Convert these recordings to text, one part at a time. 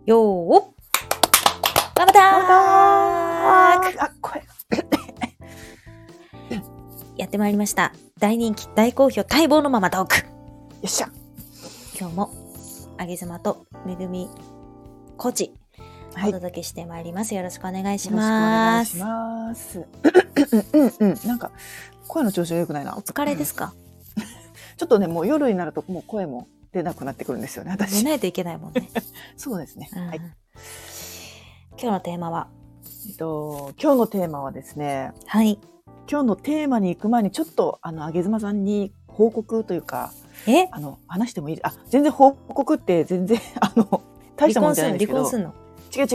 よーママターク声やってまいりました。大人気、大好評、待望のママトーク。 よっしゃ。 今日も、あげずまとめぐみコーチ、 はい。 お届けしてまいります。よろしくお願いしよろしくお願ます。 いします。なんか、声の調子が良くないな。 お疲れですか？ ちょっとね、もう夜になるともう声も出なくなってくるんですよね、 寝私。 ないといけないもんね。 そうですね。 うんはい。 今日のテーマは、 今日のテーマはですね、 はい。 今日のテーマに行く前にちょっと、あげずまさんに報告というか、話してもいい？全然報告って全然、大したもんじゃないんですけど。 離婚すんの？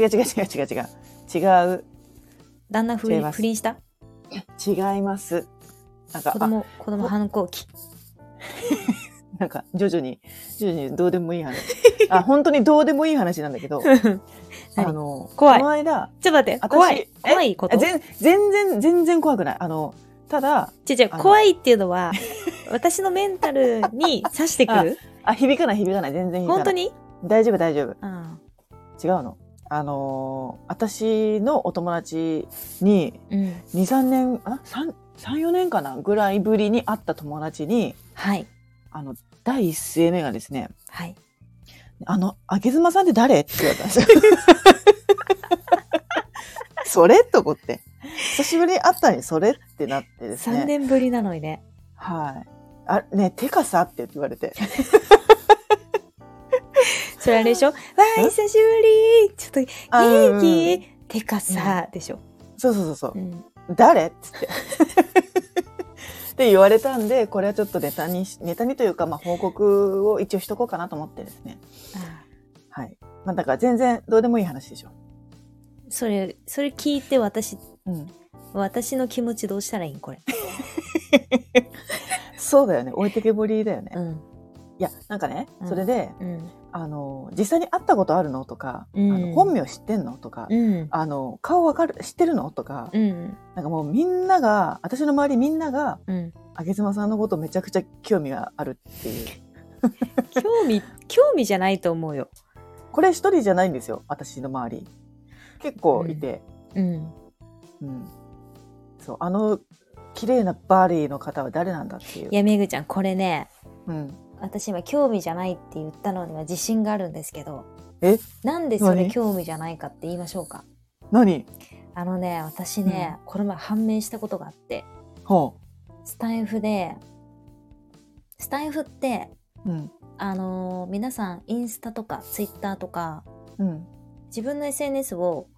違う。 旦那不倫した？ 違います。なんか、 子供反抗期。 なんか徐々にどうでもいい話。本当にどうでもいい話なんだけど、怖い。この間、 ちょっと待って、怖いこと？ 全然怖くない。ただ、 怖いっていうのは、私のメンタルに刺してくる？ 響かない。全然響かない。 本当に？ 大丈夫。違うの。私のお友達に、2、3年、3、4年かなぐらいぶりに会った友達に、 はい。 第一声目がですね、 はい。 あげずまさんって誰って言われたんですよ。それと思って。久しぶりに会ったのにそれってなってですね。 3年ぶりなのにね。 はい。ね、てかさって言われて。 それあれでしょ？わー、久しぶりちょっと元気てかさ、でしょ？ そう。誰っつって。って言われたんで、これはちょっとネタにというか、報告を一応しとこうかなと思ってですね。はい。だから全然どうでもいい話でしょ。それ聞いて私の気持ちどうしたらいいんこれ。 そうだよね。置いてけぼりだよね。いや、なんかね、それで、実際に会ったことあるのとか、本名知ってんのとか、顔知ってるのとか、なんかもうみんなが、私の周りみんなが、あげずまさんのことめちゃくちゃ興味があるっていう。 興味じゃないと思うよ。 これ一人じゃないんですよ、私の周り。結構いて。そう、綺麗なバーリーの方は誰なんだっていう。 いや、めぐちゃん、これね、私今興味じゃないって言ったのには自信があるんですけど、なんでそれ興味じゃないかって言いましょうか。 何？ 私ね、この前判明したことがあって、スタイフって、皆さんインスタとかツイッターとか、自分の SNS を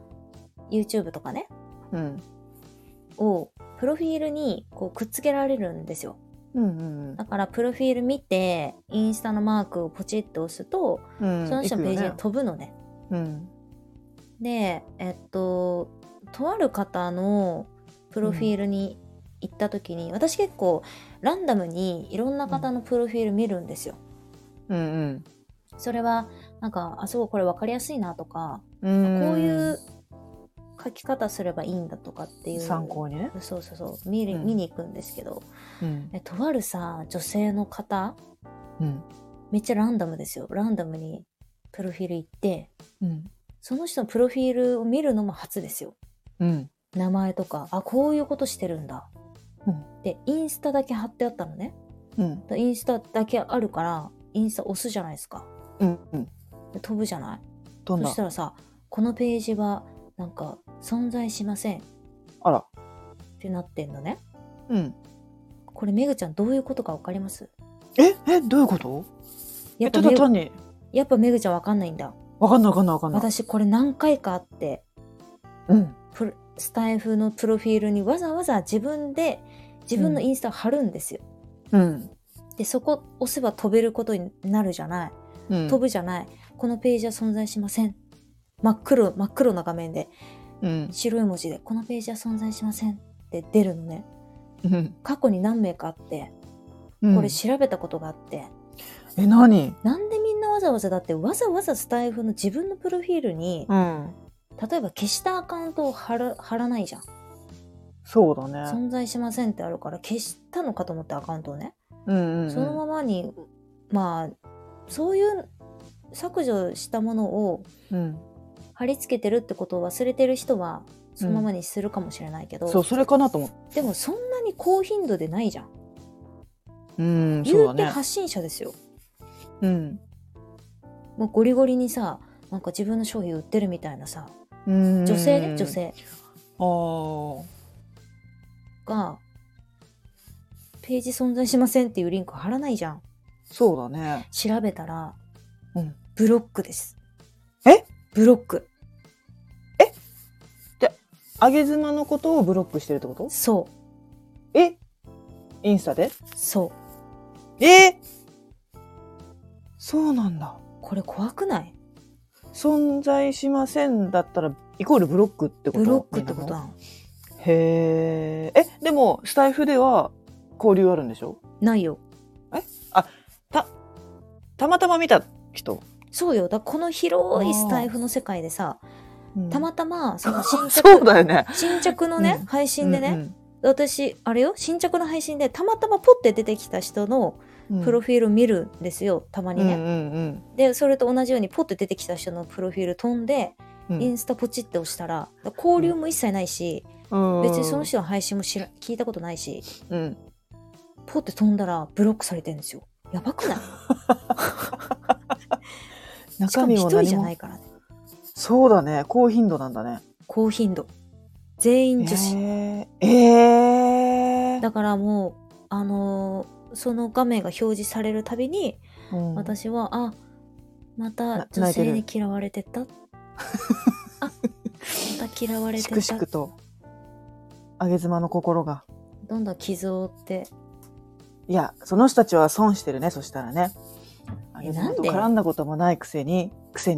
YouTube とかね、をプロフィールにこうくっつけられるんですよ。だからプロフィール見てインスタのマークをポチッと押すと、その人のページに飛ぶのね。で、とある方のプロフィールに行った時に、私結構ランダムにいろんな方のプロフィール見るんですよ。それはなんかすごいこれ分かりやすいなとか、こういう書き方すればいいんだとかっていう参考にね。 そう見に行くんですけど、とある女性の方、めっちゃランダムですよ。ランダムにプロフィール行って、その人のプロフィールを見るのも初ですよ。名前とか、こういうことしてるんだ。で、インスタだけ貼ってあったのね。インスタだけあるからインスタ押すじゃないですか。で飛ぶじゃない。そしたらさ、このページはなんか存在しませんってなってんのね。これめぐちゃんどういうことか分かります？ どういうこと？ やっぱめぐちゃん分かんないんだ。 分かんない。 私これ何回かあって、スタイフのプロフィールにわざわざ自分のインスタを貼るんですよ。で、そこ押せば飛べることになるじゃない。飛ぶじゃない。このページは存在しません。真っ黒な画面で、白い文字でこのページは存在しませんって出るのね。過去に何名かあって、これ調べたことがあって、なんでみんなわざわざスタイフの自分のプロフィールに、例えば消したアカウントを貼らないじゃん。 そうだね。 存在しませんってあるから消したのかと思ってアカウントをね。そのままに、そういう削除したものを貼り付けてるってことを忘れてる人はそのままにするかもしれないけど、 そう、それかなと思って。 でもそんなに高頻度でないじゃん。 そうだね。 言うて発信者ですよ。 もうゴリゴリにさ、なんか自分の商品売ってるみたいなさ、女性ね、女性がページ存在しませんっていうリンク貼らないじゃん。 そうだね。 調べたら、ブロックです。ブロック。 じゃあげ妻のことをブロックしてるってこと？ そう。 インスタで？ そう。 そうなんだ。 これ怖くない？ 存在しませんだったらイコールブロックってこと？ ブロックってことなの。 へえ。でもスタイフでは交流あるんでしょ？ ないよ。 たまたま見た人？ そうよ。この広いスタイフの世界でさ、たまたまその新着そうだよね。 新着のね、配信でね、私あれよ、新着の配信でたまたまポッて出てきた人のプロフィールを見るんですよ、たまにね。でそれと同じようにポッて出てきた人のプロフィール飛んで、インスタポチって押したら交流も一切ないし、別にその人の配信も聞いたことないし、ポッて飛んだらブロックされてるんですよ。やばくない？しかも一人じゃないからね。 そうだね。高頻度なんだね。 高頻度。全員女子。だからもうその画面が表示されるたびに、私はまた女性に嫌われてた。また嫌われてた。 しくしくとあげ妻の心がどんどん傷を負って。 いや、その人たちは損してるね。そしたらね。あげ妻と絡んだこともないくせに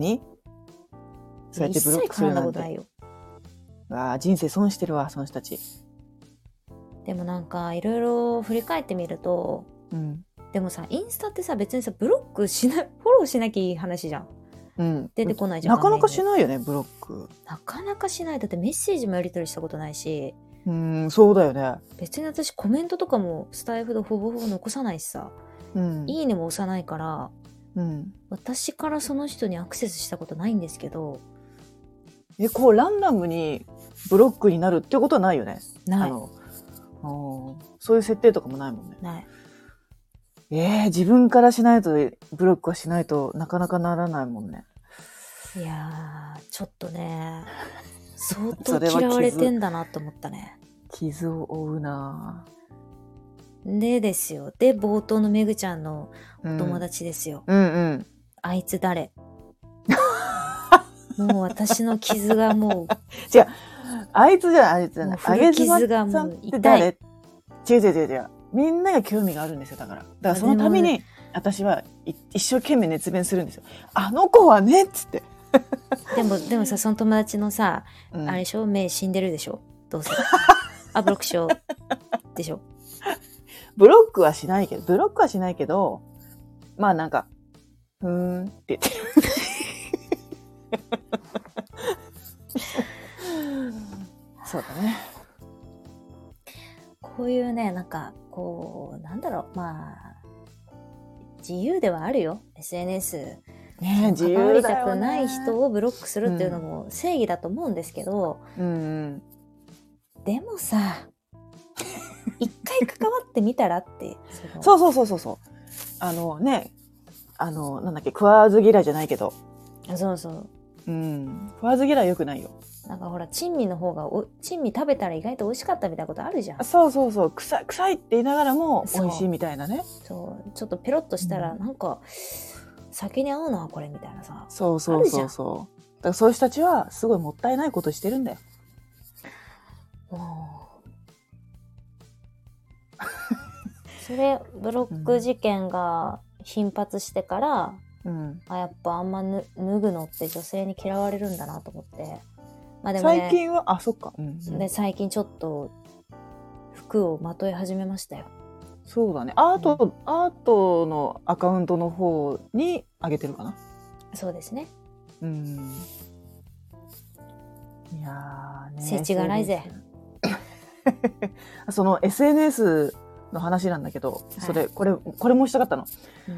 そうやってブロックするなんて。人生損してるわ、その人たち。 でもなんかいろいろ振り返ってみると、でもさ、インスタってさ、別にさ、ブロックしない、フォローしなきゃいい話じゃん。出てこないじゃん。 なかなかしないよね、ブロック。 なかなかしない。だってメッセージもやり取りしたことないし。 そうだよね。 別に私コメントとかもスタイフでほぼほぼ残さないしさ、いいねも押さないから、私からその人にアクセスしたことないんですけど。 こうランダムにブロックになるってことはないよね。 ない。 そういう設定とかもないもんね。 ない。 自分からしないと、ブロックはしないとなかなかならないもんね。 いやー、ちょっとね、相当嫌われてんだなと思ったね。 傷を負うなでですよ。で、冒頭のめぐちゃんのお友達ですよ。あいつ誰？もう私の傷がもう。 違う。あいつじゃない。 あげ妻さんって誰？ 違う。みんなが興味があるんですよ。だからそのために私は一生懸命熱弁するんですよ。あの子はねっつって。 でもさ、その友達のさ、あれでしょ、目死んでるでしょ、どうせ。ブロックしようでしょ。 ブロックはしないけど、まあなんかって言ってる。そうだね。 こういうね、なんかこうなんだろう、まあ自由ではあるよ、 SNS。関わりたくない人をブロックするっていうのも正義だと思うんですけど、でもさ、一回関わってみたらって。 そう。なんだっけ、食わず嫌いじゃないけど。 そうそう。 食わず嫌い良くないよ。 なんかほら、珍味の方が珍味食べたら意外と美味しかったみたいなことあるじゃん。 そう臭いって言いながらも美味しいみたいなね。 そうちょっとペロッとしたらなんか、酒に合うのはこれみたいなさ。 そうだからそういう人たちはすごいもったいないことしてるんだよ。 それブロック事件が頻発してから、やっぱあんま脱ぐのって女性に嫌われるんだなと思って。まあでもね、 最近はそっか、 で最近ちょっと服をまとい始めましたよ。 そうだね。アートのアカウントの方に上げてるかな。 そうですね。 いやーね。 世知辛いぜ。 その SNS の話なんだけど、これもしたかったの。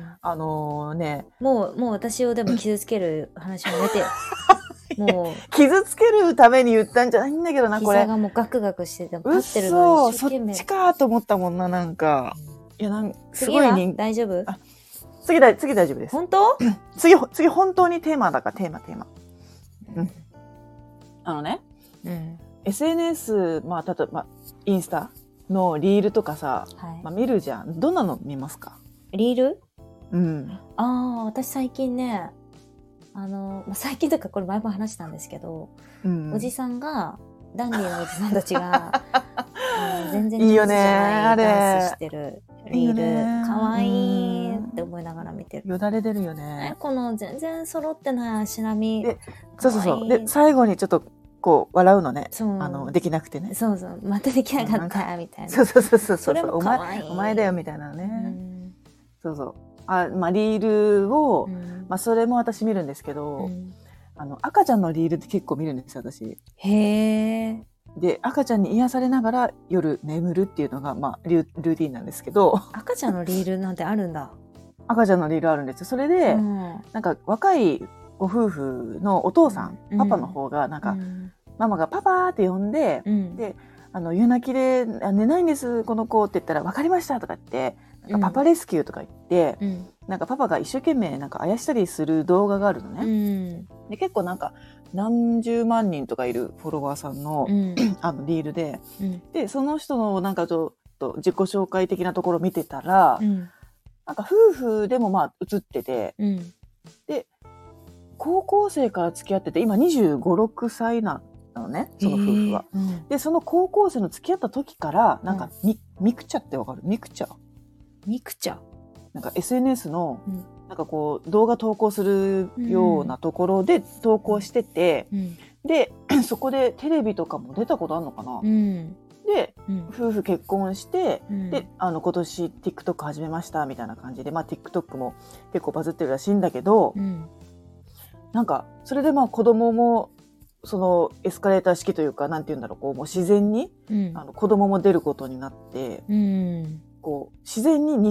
もう私をでも傷つける話もやめてよ。もう傷つけるために言ったんじゃないんだけどな、これ。 膝がもうガクガクしてて、立ってるのに一生懸命。 そっちかと思ったもんな、なんか。いや、すごい次は大丈夫？ 次大丈夫です。 本当？ 次本当にテーマだから、テーマ。SNS、例えば、インスタのリールとかさ、見るじゃん。どんなの見ますか？ リール？ うん。 私最近ね、最近とかこれ前も話したんですけど、おじさんが、ダンディーのおじさんたちが、全然上手じゃないダンスしてるリール、かわいいって思いながら見てる。 よだれ出るよね。 この全然揃ってない足並み。 そう。で、最後にちょっと、こう、笑うのね。できなくてね。 そう。またできなかった、みたいな。 そう。 それもかわいい。 お前だよ、みたいなね。そう。リールを、それも私見るんですけど、赤ちゃんのリールって結構見るんですよ、私。 へー。 で、赤ちゃんに癒されながら夜眠るっていうのが、ルーティンなんですけど。 赤ちゃんのリールなんてあるんだ。 赤ちゃんのリールあるんですよ。それで、なんか若いご夫婦のお父さん、パパの方が、なんか、ママがパパーって呼んで、で、夜泣きで寝ないんです、この子って言ったら、わかりましたとか言って、なんかパパレスキューとか言って、なんかパパが一生懸命なんかあやしたりする動画があるのね。で結構なんか何十万人とかいるフォロワーさんの、リールで、でその人のなんかちょっと自己紹介的なところを見てたら、なんか夫婦でも映ってて、で高校生から付き合ってて今25、6歳なのね、その夫婦は。でその高校生の付き合った時からなんかミクチャってわかる？ミクチャなんか SNS の、なんかこう動画投稿するようなところで投稿してて、でそこでテレビとかも出たことあるのかな、で、夫婦結婚して、で今年 TikTok 始めましたみたいな感じで、TikTok も結構バズってるらしいんだけど、なんかそれで子供もそのエスカレーター式というか、なんていうんだろう、こうもう自然に、子供も出ることになって、こう自然に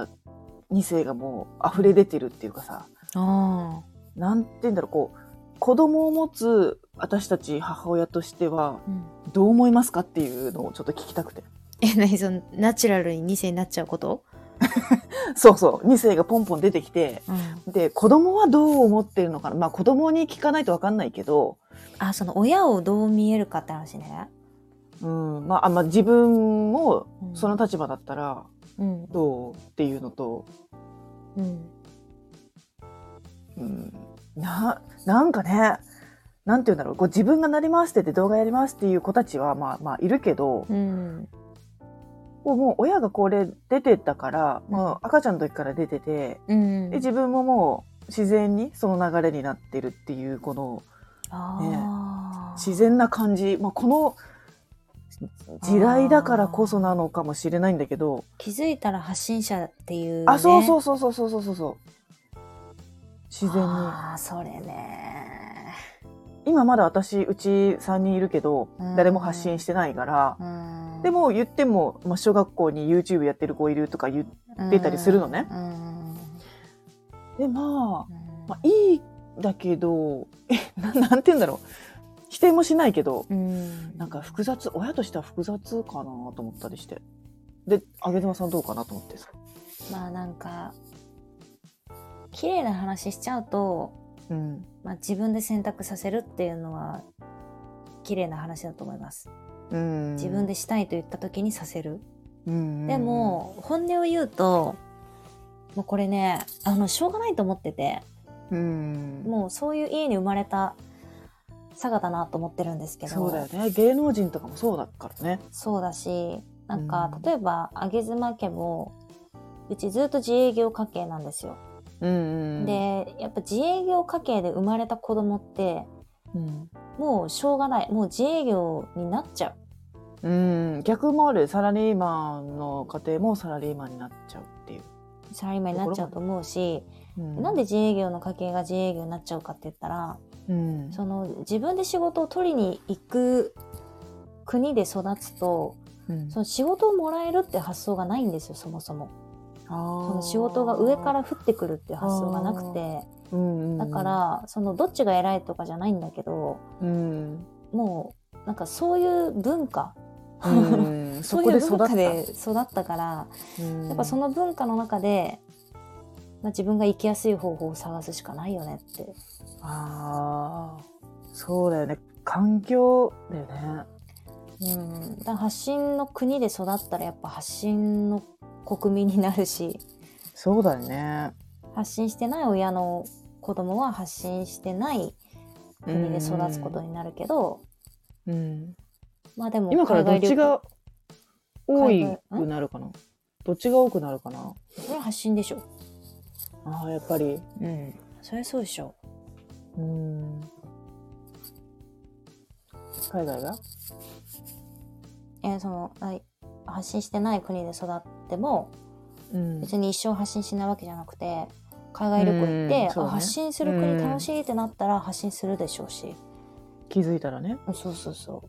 2世がもう溢れ出てるっていうかさ、なんていうんだろう、こう子供を持つ私たち母親としてはどう思いますかっていうのをちょっと聞きたくて。 何そのナチュラルに2世になっちゃうこと？ そう2世がポンポン出てきて、で子供はどう思ってるのかな、子供に聞かないと分かんないけど、 その親をどう見えるかって話ね。 自分もその立場だったらどうっていうのと、なんかね、なんていうんだろう、こう自分がなりますって言って動画やりますっていう子たちはいるけど、もう親がこれ出てたから、赤ちゃんの時から出てて、で自分ももう自然にその流れになってるっていうこの、自然な感じ、この時代だからこそなのかもしれないんだけど、 気づいたら発信者っていうね。 そう自然に。 それね。 今まだうち3人いるけど、誰も発信してないから、でも言っても、小学校に YouTube やってる子いるとか言ってたりするのね。でいいだけど、なんて言うんだろう、否定もしないけど、なんか親としては複雑かなと思ったりして。で、あげずまさんどうかなと思ってさ。 なんか綺麗な話しちゃうと、自分で選択させるっていうのは綺麗な話だと思います。自分でしたいと言った時にさせる。でも本音を言うと、もうこれね、しょうがないと思ってて、もうそういう家に生まれた佐賀だなと思ってるんですけど。 そうだよね。芸能人とかもそうだからね。 そうだし、なんか例えばあげずま家もうちずっと自営業家系なんですよ。でやっぱ自営業家系で生まれた子供って、もうしょうがない、もう自営業になっちゃう。 逆もある。サラリーマンの家庭もサラリーマンになっちゃうっていう。 サラリーマンになっちゃうと思うし、なんで自営業の家系が自営業になっちゃうかって言ったら、その自分で仕事を取りに行く国で育つと、 その仕事をもらえるって発想がないんですよ、そもそも。その仕事が上から降ってくるっていう発想がなくて、だからそのどっちが偉いとかじゃないんだけど、もうなんかそういう文化そういう文化で育ったから、やっぱその文化の中で、自分が生きやすい方法を探すしかないよねって。 そうだよね、環境だよね。 だから発信の国で育ったらやっぱ発信の国民になるし、 そうだよね。 発信してない親の子供は発信してない国で育つことになるけど、まあでも今からどっちが多くなるかな。どっちが多くなるかな。 それは発信でしょ。 やっぱり。 そりゃそうでしょ。 海外が？ 発信してない国で育っても、別に一生発信しないわけじゃなくて、海外旅行行って、発信する国楽しいってなったら発信するでしょうし。 気づいたらね。 そう。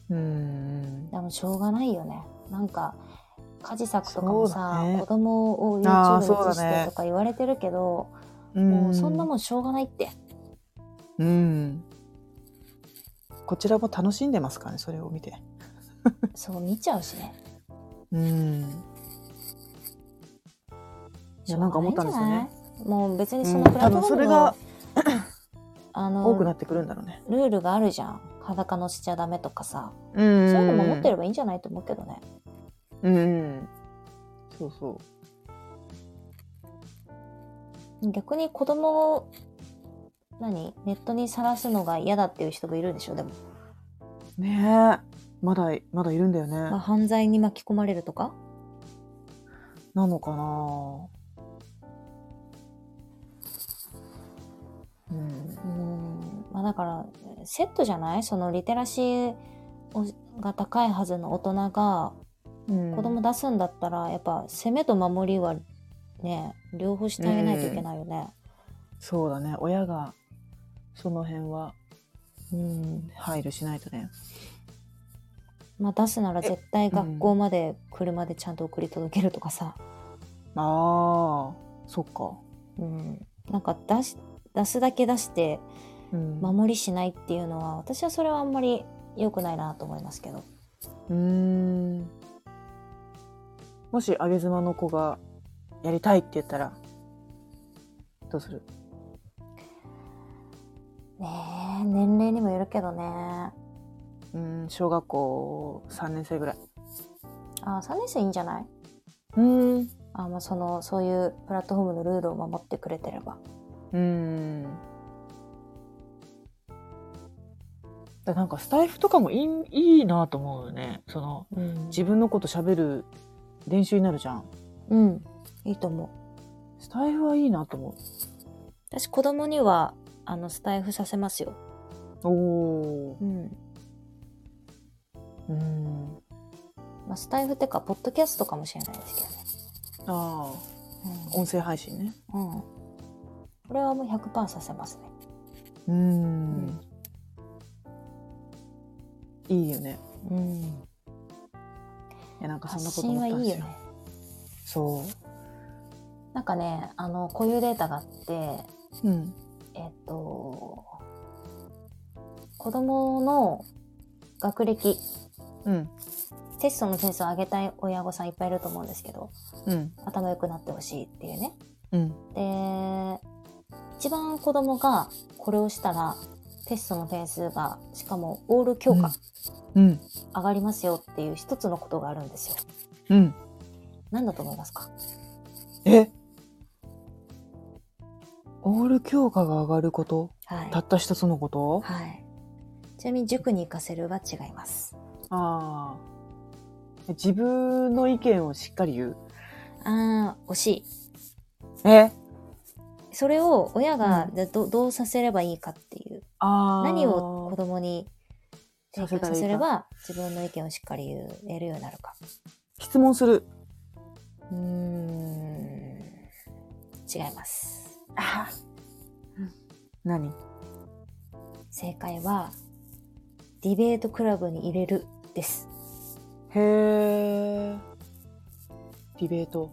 でもしょうがないよね。なんか家事作とかもさ、子供を YouTube に移してとか言われてるけど、もうそんなもんしょうがないって。 こちらも楽しんでますからね、それを見て。 そう見ちゃうしね。 いや、なんか思ったんですよね。 もう別にそのプラットフォームの、多分それが多くなってくるんだろうね。 ルールがあるじゃん。裸のしちゃダメとかさ、そういうの守ってればいいんじゃないと思うけどね。 そうそう。 逆に子供をネットにさらすのが嫌だっていう人もいるでしょ。でもねえ、まだいるんだよね。 犯罪に巻き込まれるとかなのかな。 だからセットじゃない？そのリテラシーが高いはずの大人が子供出すんだったら、やっぱ攻めと守りはね、両方してあげないといけないよね。 そうだね、親がその辺は配慮しないとね。 出すなら絶対学校まで車でちゃんと送り届けるとかさ。 そっか。 なんか出すだけ出して守りしないっていうのは、私はそれはあんまり良くないなと思いますけど。 もし上げ妻の子がやりたいって言ったらどうする？ 年齢にもよるけどね。 小学校3年生ぐらい。 3年生いいんじゃない？そういうプラットフォームのルールを守ってくれてれば。 なんかスタイフとかもいいなと思うよね。自分のこと喋る練習になるじゃん。 いいと思う。スタイフはいいなと思う。 私子供にはスタイフさせますよ。スタイフってかポッドキャストかもしれないですけどね。 音声配信ね。 これはもう 100% させますね。 いいよね。いや、なんかそんなこと思ったんですよ。発信はいいよね。そう。 なんかね、こういうデータがあって、子供の学歴、テストの点数を上げたい親御さんいっぱいいると思うんですけど、頭良くなってほしいっていうね。で、一番子供がこれをしたらテストの点数がしかもオール教科、上がりますよっていう一つのことがあるんですよ。何だと思いますか？ オール教科が上がること、たった一つのこと？ ちなみに塾に行かせるは違います。 自分の意見をしっかり言う。 惜しい。それを親がどうさせればいいかっていう。何を子供に提供させれば自分の意見をしっかり言えるようになるか。 質問する。 違います。 何？ 正解はディベートクラブに入れるです。 へー。ディベート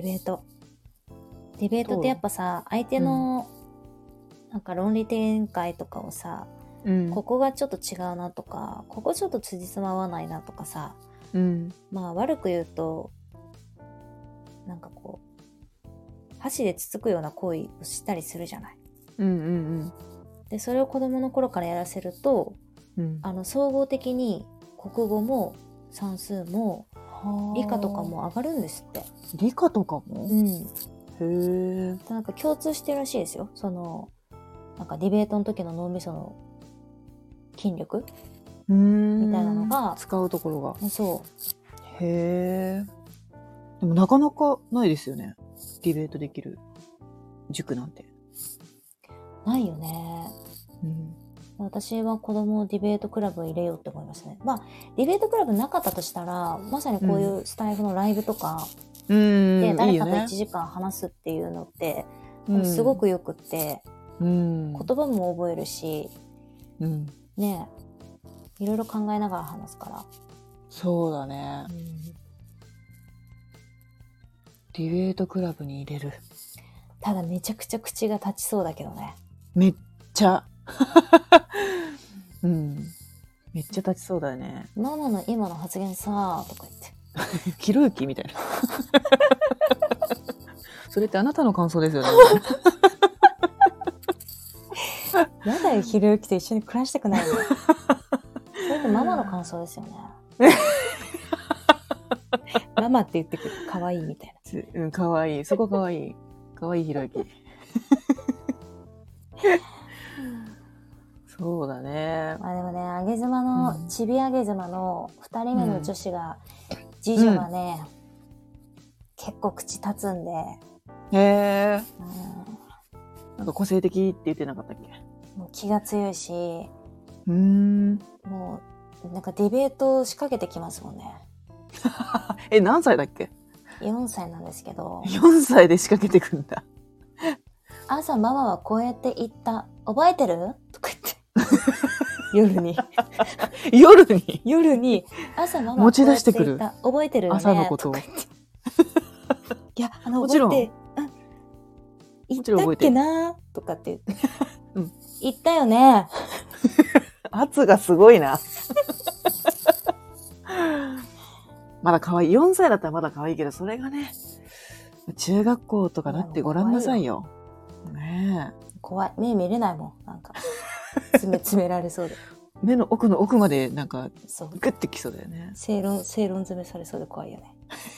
ってやっぱさ、相手の、なんか論理展開とかをさ、ここがちょっと違うなとか、ここちょっと辻褄合わないなとかさ、まあ悪く言うと、なんかこう、箸でつつくような行為をしたりするじゃない。で、それを子供の頃からやらせると、総合的に国語も算数も理科とかも上がるんですって。 理科とかも？へー。 なんか共通してるらしいですよ。その、なんかディベートの時の脳みその筋力みたいなのが。 使うところが。 そう。 へー。でもなかなかないですよね。ディベートできる塾なんて。 ないよね。私は子供をディベートクラブを入れようって思いますね。まあ、ディベートクラブなかったとしたら、まさにこういうスタイフのライブとか、で、誰かと1時間話すっていうのって、すごくよくって、言葉も覚えるし、ねえ、いろいろ考えながら話すから。 そうだね。ディベートクラブに入れる。 ただめちゃくちゃ口が立ちそうだけどね。 めっちゃ。めっちゃ立ちそうだよね。 ママの今の発言さーとか言って。ひろゆきみたいな。それってあなたの感想ですよね。 やだよ、ひろゆきと一緒に暮らしたくないよ。それってママの感想ですよね。ママって言ってくる。かわいいみたいな。かわいい。そこかわいい。かわいいひろゆき。そうだね。 まあでもね、あげ妻の、ちびあげ妻の2人目の女子が、次女がね、結構口立つんで。 へー。なんか個性的って言ってなかったっけ？ もう気が強いし、もう、なんかディベートを仕掛けてきますもんね。 何歳だっけ ？4歳なんですけど。 4歳で仕掛けてくんだ。 朝ママはこうやって言った。覚えてる？とか言って。夜に朝ママ持ち出してくる。 覚えてるよね。 朝のことを。いや、覚えて、言ったっけなとかって言って。言ったよね。 圧がすごいな。まだ可愛い。4歳だったらまだ可愛いけど、それがね、中学校とかだってごらんなさいよ。ねえ。 怖い。目見れないもん。なんか、詰められそうで。 目の奥の奥までなんか、グッてきそうだよね。 正論詰めされそうで怖いよね。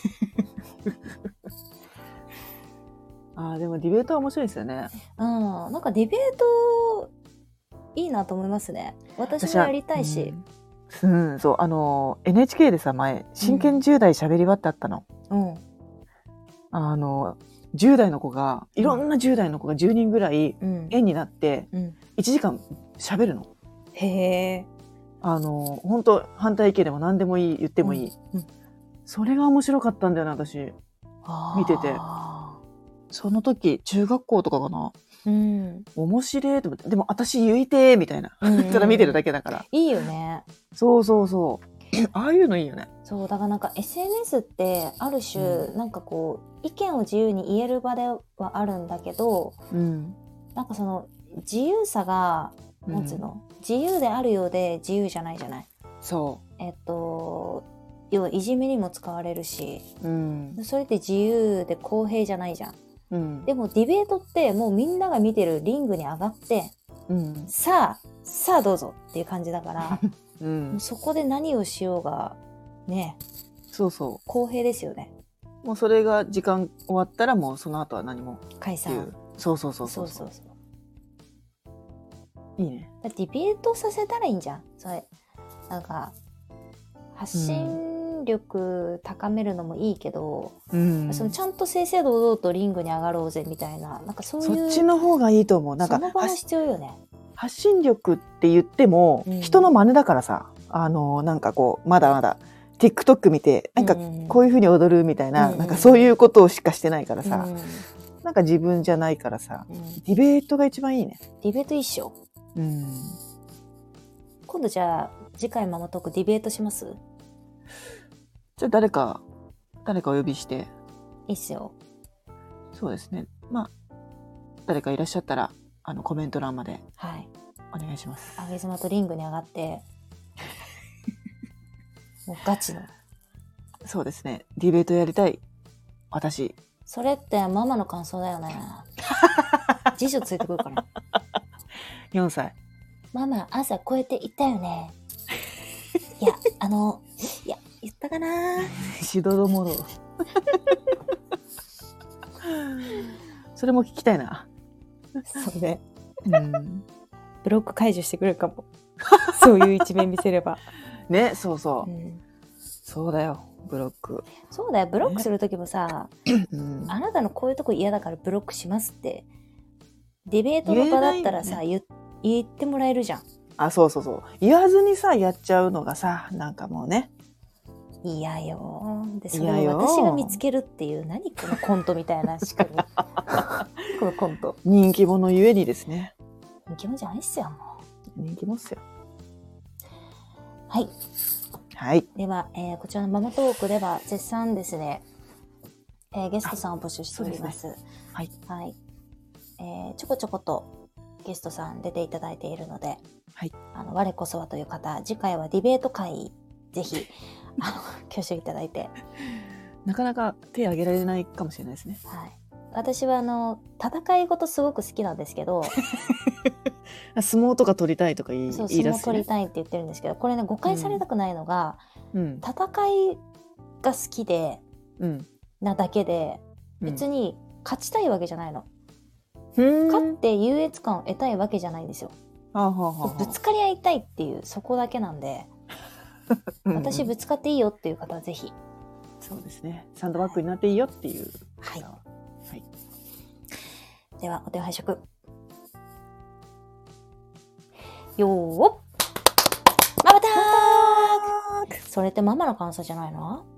でもディベートは面白いですよね。 なんかディベート、いいなと思いますね。私もやりたいし。 そう、NHK でさ、前、真剣10代喋り場ってあったの。10代の子が、いろんな10代の子が10人ぐらい円になって、1時間喋るの。 へー。本当反対意見でも何でもいい、言ってもいい。それが面白かったんだよね、私。見てて。その時、中学校とかかな。面白いと思って。でも私言いてーみたいな。ただ見てるだけだから。 いいよね。 そうそうそう。ああいうのいいよね。 そう、だからなんか SNS ってある種、なんかこう、意見を自由に言える場ではあるんだけど、なんかその自由さが、なんつうの、自由であるようで自由じゃないじゃない。 そう。 要はいじめにも使われるし、それって自由で公平じゃないじゃん。でもディベートってもうみんなが見てるリングに上がって、さあどうぞっていう感じだから、そこで何をしようがね、 そうそう公平ですよね。 もうそれが時間終わったらもうその後は何も解散。 そういいね。 ディベートさせたらいいんじゃん。それなんか発信力高めるのもいいけど、そのちゃんと正々堂々とリングに上がろうぜみたいな、なんかそういうそっちの方がいいと思う。なんかその場が必要よね。 発信力って言っても、人の真似だからさ、なんかこうまだまだ TikTok 見てなんかこういう風に踊るみたいな、なんかそういうことをしかしてないからさ、なんか自分じゃないからさ、ディベートが一番いいね。 ディベートいいっしょ。今度じゃあ次回ママトークディベートします？ じゃあ誰かお呼びして。 いいっすよ。 そうですね。まあ、誰かいらっしゃったら、コメント欄まで。 はい。 お願いします。 あげ妻とリングに上がって、もうガチの。 そうですね。ディベートやりたい。私。 それってママの感想だよね。辞書ついてくるから。 4歳。 ママ、朝こうやって言ったよね。いや、言ったかな。 しどろもろ。それも聞きたいな。 そうね。ブロック解除してくれるかも。そういう一面見せれば。 ね、そうそう。そうだよ、ブロック。 そうだよ、ブロックするときもさ、あなたのこういうとこ嫌だからブロックしますって、ディベートの場だったらさ、言ってもらえるじゃん。 あ、そうそうそう。言わずにさ、やっちゃうのがさ、なんかもうね。 嫌よ。で、それを私が見つけるっていう、何このコントみたいな仕組み。このコント。 人気者ゆえにですね。 人気者じゃないっすよ、もう。人気者っすよ。 はい。 はい。 では、こちらのママトークでは絶賛ですね、ゲストさんを募集しております。 はい。 はい。ちょこちょことゲストさん出ていただいているので、 はい。 我こそはという方、次回はディベート会、ぜひ、挙手いただいて。 なかなか手挙げられないかもしれないですね。 はい。私は戦い事すごく好きなんですけど、 相撲とか取りたいとか言い出す、ね、 相撲取りたいって言ってるんですけど、これね、誤解されたくないのが、戦いが好きで、なだけで、別に勝ちたいわけじゃないの。勝って優越感を得たいわけじゃないんですよ。ぶつかり合いたいっていう、そこだけなんで、私ぶつかっていいよっていう方はぜひ。 そうですね。サンドバッグになっていいよっていう方は。 はい。では、お手を拝借。よーっママターク。それってママの感想じゃないの？